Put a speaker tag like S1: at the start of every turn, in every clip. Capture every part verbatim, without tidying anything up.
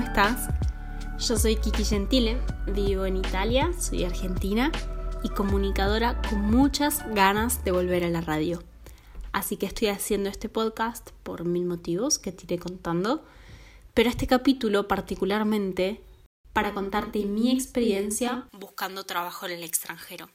S1: estás? Yo soy Kiki Gentile, vivo en Italia, soy argentina y comunicadora con muchas ganas de volver a la radio. Así que estoy haciendo este podcast por mil motivos que te iré contando, pero este capítulo particularmente para contarte mi experiencia buscando trabajo en el extranjero.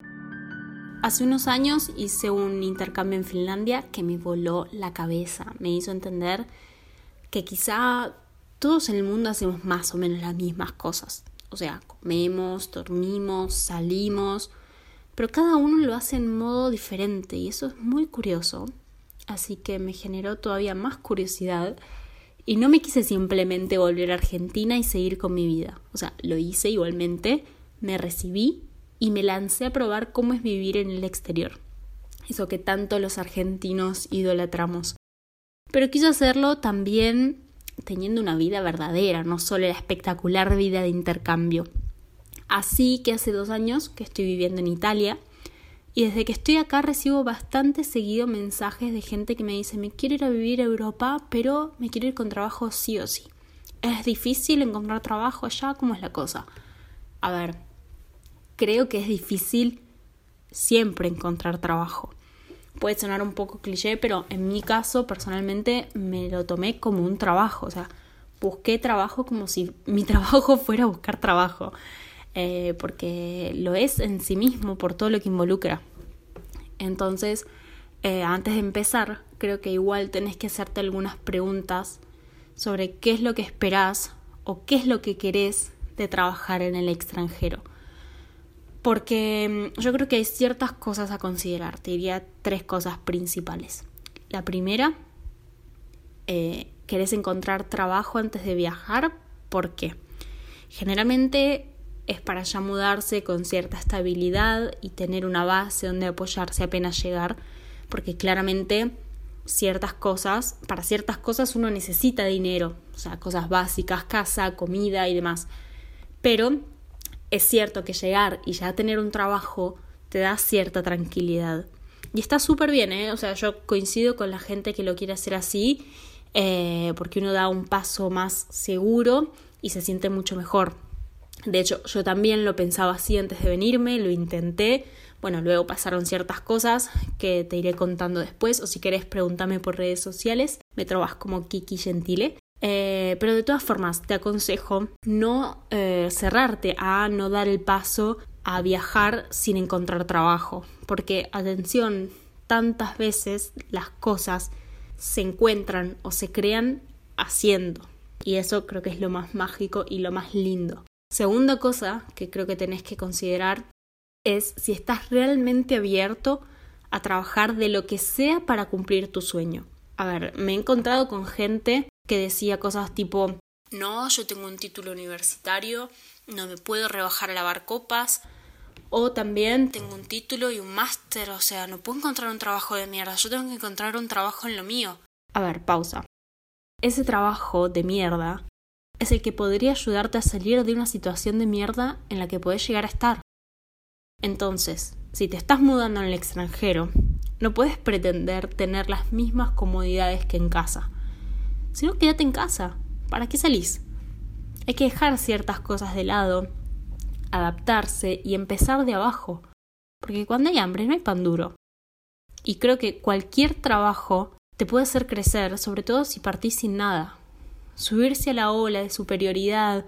S1: Hace unos años hice un intercambio en Finlandia que me voló la cabeza, me hizo entender que quizá todos en el mundo hacemos más o menos las mismas cosas. O sea, comemos, dormimos, salimos, pero cada uno lo hace en modo diferente y eso es muy curioso. Así que me generó todavía más curiosidad y no me quise simplemente volver a Argentina y seguir con mi vida. O sea, lo hice igualmente, me recibí y me lancé a probar cómo es vivir en el exterior. Eso que tanto los argentinos idolatramos. Pero quise hacerlo también teniendo una vida verdadera, no solo la espectacular vida de intercambio. Así que hace dos años que estoy viviendo en Italia y desde que estoy acá recibo bastante seguido mensajes de gente que me dice me quiero ir a vivir a Europa, pero me quiero ir con trabajo sí o sí. ¿Es difícil encontrar trabajo allá? ¿Cómo es la cosa? A ver, creo que es difícil siempre encontrar trabajo. Puede sonar un poco cliché, pero en mi caso, personalmente, me lo tomé como un trabajo. O sea, busqué trabajo como si mi trabajo fuera buscar trabajo. Eh, porque lo es en sí mismo por todo lo que involucra. Entonces, eh, antes de empezar, creo que igual tenés que hacerte algunas preguntas sobre qué es lo que esperás o qué es lo que querés de trabajar en el extranjero. Porque yo creo que hay ciertas cosas a considerar. Te diría tres cosas principales. La primera, eh, ¿querés encontrar trabajo antes de viajar? ¿Por qué? Generalmente es para ya mudarse con cierta estabilidad y tener una base donde apoyarse apenas llegar. Porque claramente ciertas cosas, para ciertas cosas uno necesita dinero. O sea, cosas básicas, casa, comida y demás. Pero es cierto que llegar y ya tener un trabajo te da cierta tranquilidad. Y está súper bien, ¿eh? O sea, yo coincido con la gente que lo quiere hacer así, eh, porque uno da un paso más seguro y se siente mucho mejor. De hecho, yo también lo pensaba así antes de venirme, lo intenté. Bueno, luego pasaron ciertas cosas que te iré contando después, o si querés pregúntame por redes sociales. Me trobas como Kiki Gentile. Eh, pero de todas formas te aconsejo no eh, cerrarte a no dar el paso a viajar sin encontrar trabajo, porque atención, tantas veces las cosas se encuentran o se crean haciendo y eso creo que es lo más mágico y lo más lindo. Segunda cosa que creo que tenés que considerar es si estás realmente abierto a trabajar de lo que sea para cumplir tu sueño. A ver, me he encontrado con gente que decía cosas tipo no, yo tengo un título universitario, no me puedo rebajar a lavar copas, o también tengo un título y un máster, o sea, no puedo encontrar un trabajo de mierda, yo tengo que encontrar un trabajo en lo mío. A ver, pausa. Ese trabajo de mierda es el que podría ayudarte a salir de una situación de mierda en la que podés llegar a estar. Entonces, si te estás mudando en el extranjero, no puedes pretender tener las mismas comodidades que en casa. Si no, quédate en casa. ¿Para qué salís? Hay que dejar ciertas cosas de lado, adaptarse y empezar de abajo. Porque cuando hay hambre no hay pan duro. Y creo que cualquier trabajo te puede hacer crecer, sobre todo si partís sin nada. Subirse a la ola de superioridad,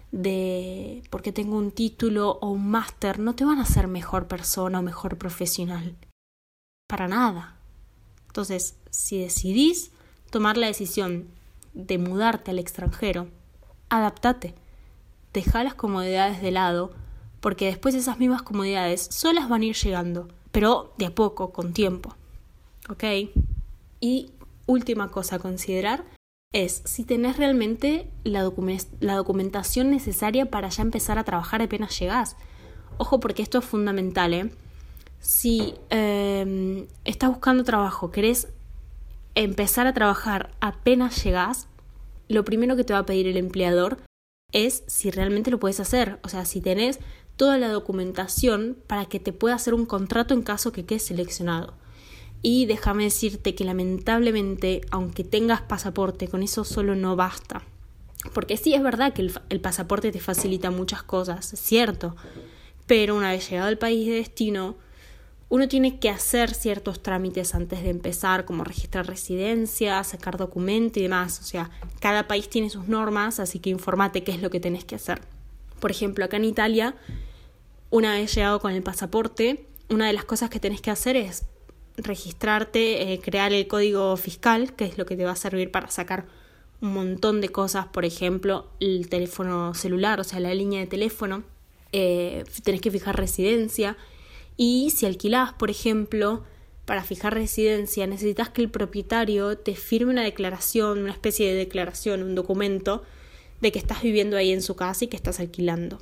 S1: de porque tengo un título o un máster, no te van a hacer mejor persona o mejor profesional. Para nada. Entonces, si decidís tomar la decisión de mudarte al extranjero, adáptate, deja las comodidades de lado, porque después esas mismas comodidades solas van a ir llegando, pero de a poco, con tiempo, ¿ok? Y última cosa a considerar es si tenés realmente la, document- la documentación necesaria para ya empezar a trabajar apenas llegás. Ojo, porque esto es fundamental, ¿eh? Si eh, estás buscando trabajo, querés empezar a trabajar apenas llegás, lo primero que te va a pedir el empleador es si realmente lo puedes hacer. O sea, si tenés toda la documentación para que te pueda hacer un contrato en caso que quedes seleccionado. Y déjame decirte que lamentablemente, aunque tengas pasaporte, con eso solo no basta. Porque sí, es verdad que el, el pasaporte te facilita muchas cosas, es cierto, pero una vez llegado al país de destino, uno tiene que hacer ciertos trámites antes de empezar, como registrar residencia, sacar documento y demás. O sea, cada país tiene sus normas, así que informate qué es lo que tenés que hacer. Por ejemplo, acá en Italia, una vez llegado con el pasaporte, una de las cosas que tenés que hacer es registrarte, eh, crear el código fiscal, que es lo que te va a servir para sacar un montón de cosas. Por ejemplo, el teléfono celular, o sea, la línea de teléfono. Eh, tenés que fijar residencia. Y si alquilás, por ejemplo, para fijar residencia, necesitas que el propietario te firme una declaración, una especie de declaración, un documento de que estás viviendo ahí en su casa y que estás alquilando.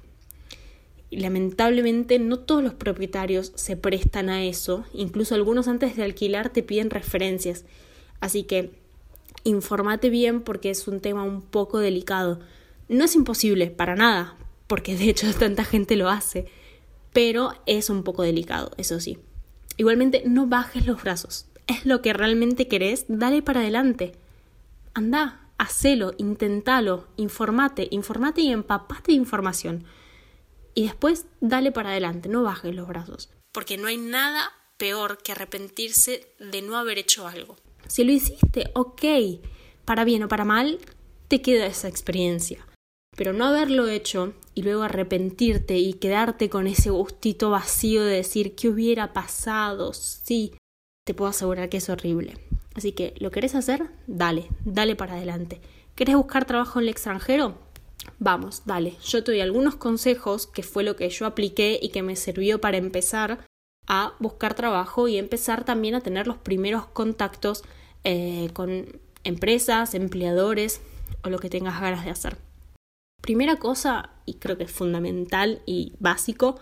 S1: Y lamentablemente no todos los propietarios se prestan a eso, incluso algunos antes de alquilar te piden referencias. Así que infórmate bien porque es un tema un poco delicado. No es imposible, para nada, porque de hecho tanta gente lo hace. Pero es un poco delicado, eso sí. Igualmente, no bajes los brazos. Es lo que realmente querés, dale para adelante. Andá, hacelo, intentalo, informate, informate y empapate de información. Y después, dale para adelante, no bajes los brazos. Porque no hay nada peor que arrepentirse de no haber hecho algo. Si lo hiciste, ok, para bien o para mal, te queda esa experiencia. Pero no haberlo hecho y luego arrepentirte y quedarte con ese gustito vacío de decir ¿qué hubiera pasado? Sí, te puedo asegurar que es horrible. Así que, ¿lo querés hacer? Dale, dale para adelante. ¿Querés buscar trabajo en el extranjero? Vamos, dale. Yo te doy algunos consejos, que fue lo que yo apliqué y que me sirvió para empezar a buscar trabajo y empezar también a tener los primeros contactos eh, con empresas, empleadores o lo que tengas ganas de hacer. Primera cosa, y creo que es fundamental y básico,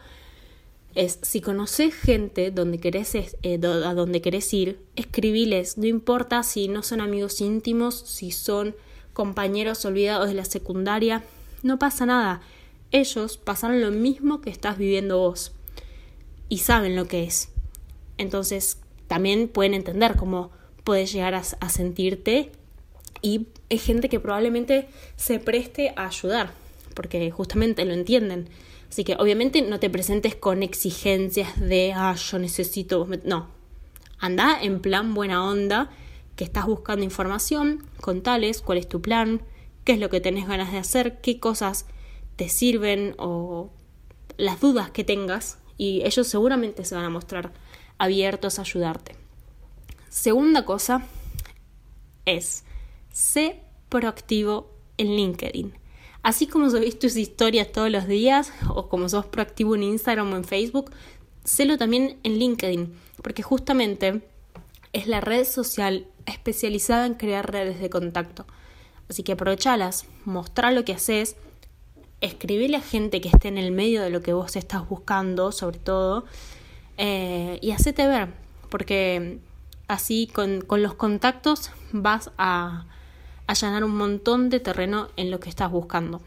S1: es si conoces gente donde querés, eh, a donde querés ir, escribiles, no importa si no son amigos íntimos, si son compañeros olvidados de la secundaria, no pasa nada. Ellos pasaron lo mismo que estás viviendo vos y saben lo que es. Entonces también pueden entender cómo puedes llegar a, a sentirte. Y es gente que probablemente se preste a ayudar, porque justamente lo entienden. Así que obviamente no te presentes con exigencias de, ah, yo necesito... No, anda en plan buena onda, que estás buscando información, contales cuál es tu plan, qué es lo que tenés ganas de hacer, qué cosas te sirven o las dudas que tengas, y ellos seguramente se van a mostrar abiertos a ayudarte. Segunda cosa es... sé proactivo en LinkedIn. Así como subís tus historias todos los días o como sos proactivo en Instagram o en Facebook, sélo también en LinkedIn, porque justamente es la red social especializada en crear redes de contacto. Así que aprovechalas, mostrá lo que haces, escribile a gente que esté en el medio de lo que vos estás buscando, sobre todo, eh, y hacete ver, porque así con, con los contactos vas a allanar un montón de terreno en lo que estás buscando.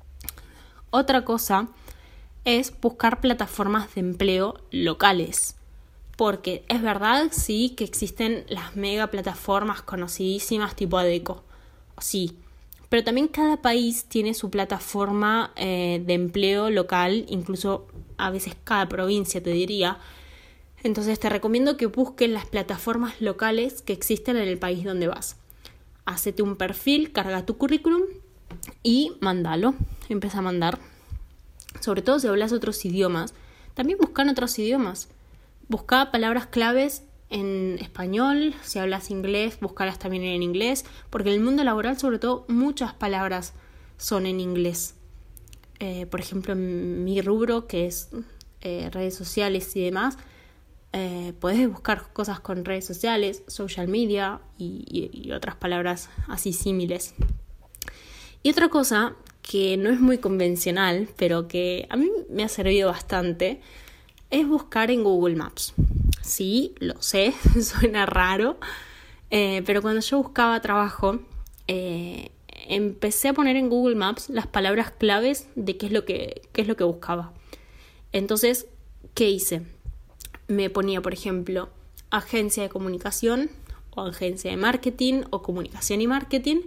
S1: Otra cosa es buscar plataformas de empleo locales, porque es verdad, sí, que existen las mega plataformas conocidísimas tipo Adecco, sí, pero también cada país tiene su plataforma eh, de empleo local, incluso a veces cada provincia te diría. Entonces te recomiendo que busques las plataformas locales que existen en el país donde vas. Hacete un perfil, carga tu currículum y mándalo. Empieza a mandar. Sobre todo si hablas otros idiomas. También busca en otros idiomas. Busca palabras claves en español. Si hablas inglés, búscalas también en inglés. Porque en el mundo laboral, sobre todo, muchas palabras son en inglés. Eh, por ejemplo, en mi rubro, que es eh, redes sociales y demás, Eh, puedes buscar cosas con redes sociales, social media y, y, y otras palabras así símiles. Y otra cosa que no es muy convencional, pero que a mí me ha servido bastante, es buscar en Google Maps. Sí, lo sé, suena raro, eh, pero cuando yo buscaba trabajo, eh, empecé a poner en Google Maps las palabras claves de qué es lo que, qué es lo que buscaba. Entonces, ¿qué hice? Me ponía, por ejemplo, agencia de comunicación o agencia de marketing o comunicación y marketing.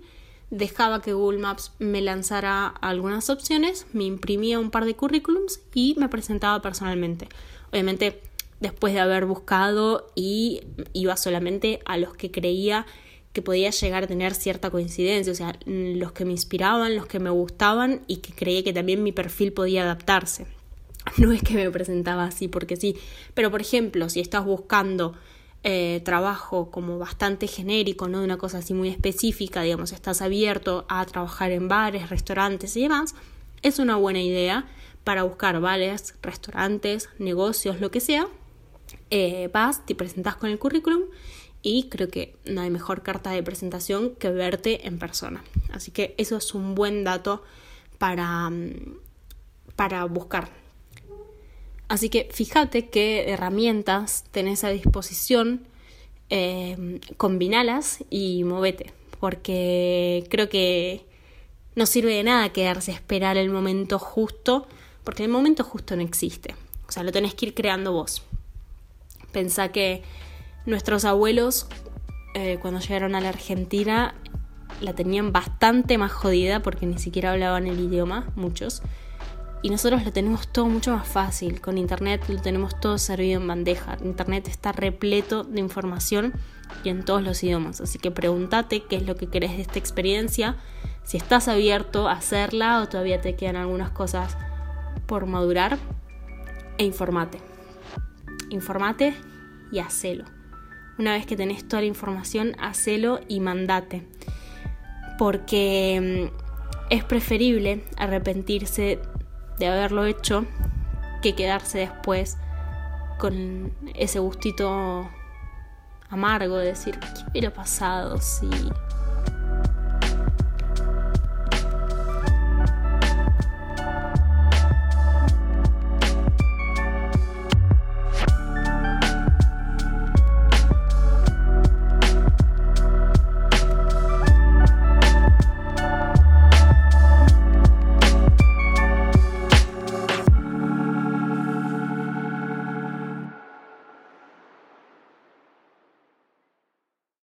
S1: dejaba que Google Maps me lanzara algunas opciones, me imprimía un par de currículums y me presentaba personalmente. Obviamente, después de haber buscado, y iba solamente a los que creía que podía llegar a tener cierta coincidencia, o sea, los que me inspiraban, los que me gustaban y que creía que también mi perfil podía adaptarse. No es que me presentaba así porque sí, pero por ejemplo, si estás buscando eh, trabajo como bastante genérico, no de una cosa así muy específica, digamos, estás abierto a trabajar en bares, restaurantes y demás, es una buena idea para buscar bares, restaurantes, negocios, lo que sea. Eh, vas, te presentás con el currículum y creo que no hay mejor carta de presentación que verte en persona. Así que eso es un buen dato para, para buscar. Así que fíjate qué herramientas tenés a disposición, eh, combinalas y movete, porque creo que no sirve de nada quedarse a esperar el momento justo, porque el momento justo no existe. O sea, lo tenés que ir creando vos. Pensá que nuestros abuelos, eh, cuando llegaron a la Argentina, la tenían bastante más jodida porque ni siquiera hablaban el idioma, muchos. Y nosotros lo tenemos todo mucho más fácil. Con internet lo tenemos todo servido en bandeja. Internet está repleto de información y en todos los idiomas. Así que pregúntate qué es lo que querés de esta experiencia. Si estás abierto a hacerla o todavía te quedan algunas cosas por madurar. E informate. Informate y hacelo. Una vez que tenés toda la información, hacelo y mandate. Porque es preferible arrepentirse de haberlo hecho que quedarse después con ese gustito amargo de decir, ¿qué hubiera pasado si